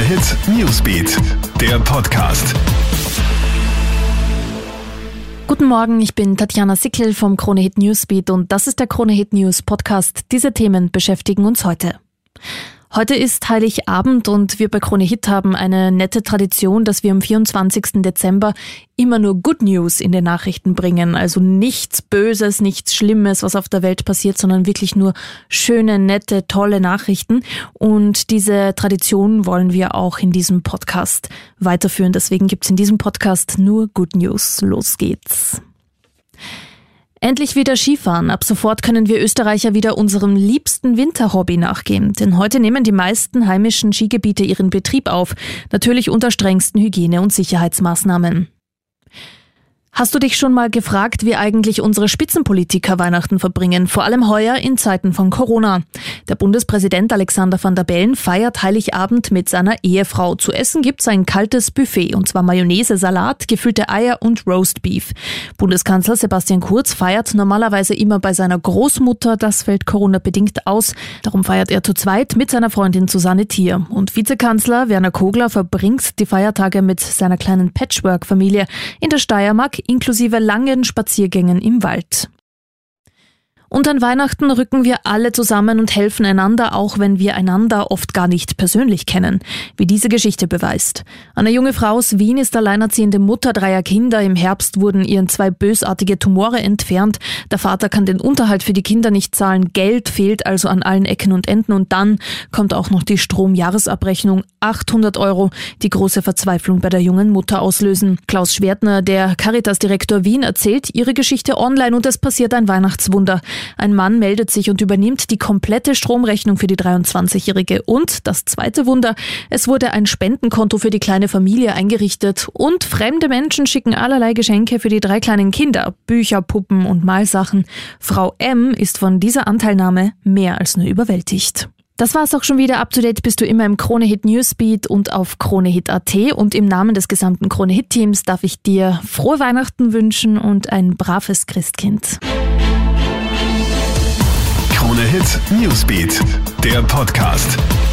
Hit Newsbeat, der Podcast. Guten Morgen, ich bin Tatjana Sickel vom Krone Hit Newsbeat und das ist der Krone Hit News Podcast. Diese Themen beschäftigen uns heute. Heute ist Heiligabend und wir bei Krone Hit haben eine nette Tradition, dass wir am 24. Dezember immer nur Good News in den Nachrichten bringen. Also nichts Böses, nichts Schlimmes, was auf der Welt passiert, sondern wirklich nur schöne, nette, tolle Nachrichten. Und diese Tradition wollen wir auch in diesem Podcast weiterführen. Deswegen gibt's in diesem Podcast nur Good News. Los geht's. Endlich wieder Skifahren. Ab sofort können wir Österreicher wieder unserem liebsten Winterhobby nachgehen. Denn heute nehmen die meisten heimischen Skigebiete ihren Betrieb auf. Natürlich unter strengsten Hygiene- und Sicherheitsmaßnahmen. Hast du dich schon mal gefragt, wie eigentlich unsere Spitzenpolitiker Weihnachten verbringen? Vor allem heuer in Zeiten von Corona. Der Bundespräsident Alexander Van der Bellen feiert Heiligabend mit seiner Ehefrau. Zu essen gibt's ein kaltes Buffet, und zwar Mayonnaise, Salat, gefüllte Eier und Roastbeef. Bundeskanzler Sebastian Kurz feiert normalerweise immer bei seiner Großmutter. Das fällt Corona-bedingt aus. Darum feiert er zu zweit mit seiner Freundin Susanne Thier. Und Vizekanzler Werner Kogler verbringt die Feiertage mit seiner kleinen Patchwork-Familie in der Steiermark, inklusive langen Spaziergängen im Wald. Und an Weihnachten rücken wir alle zusammen und helfen einander, auch wenn wir einander oft gar nicht persönlich kennen, wie diese Geschichte beweist. Eine junge Frau aus Wien ist alleinerziehende Mutter 3 Kinder. Im Herbst wurden ihren 2 bösartige Tumore entfernt. Der Vater kann den Unterhalt für die Kinder nicht zahlen. Geld fehlt also an allen Ecken und Enden. Und dann kommt auch noch die Stromjahresabrechnung. 800 €, die große Verzweiflung bei der jungen Mutter auslösen. Klaus Schwertner, der Caritas-Direktor Wien, erzählt ihre Geschichte online und es passiert ein Weihnachtswunder. Ein Mann meldet sich und übernimmt die komplette Stromrechnung für die 23-Jährige. Und das zweite Wunder, es wurde ein Spendenkonto für die kleine Familie eingerichtet und fremde Menschen schicken allerlei Geschenke für die 3 kleinen Kinder, Bücher, Puppen und Malsachen. Frau M. ist von dieser Anteilnahme mehr als nur überwältigt. Das war's auch schon wieder. Up to date bist du immer im Krone Hit Newsbeat und auf kronehit.at. Und im Namen des gesamten Krone Hit Teams darf ich dir frohe Weihnachten wünschen und ein braves Christkind. Krone Hit Newsbeat, der Podcast.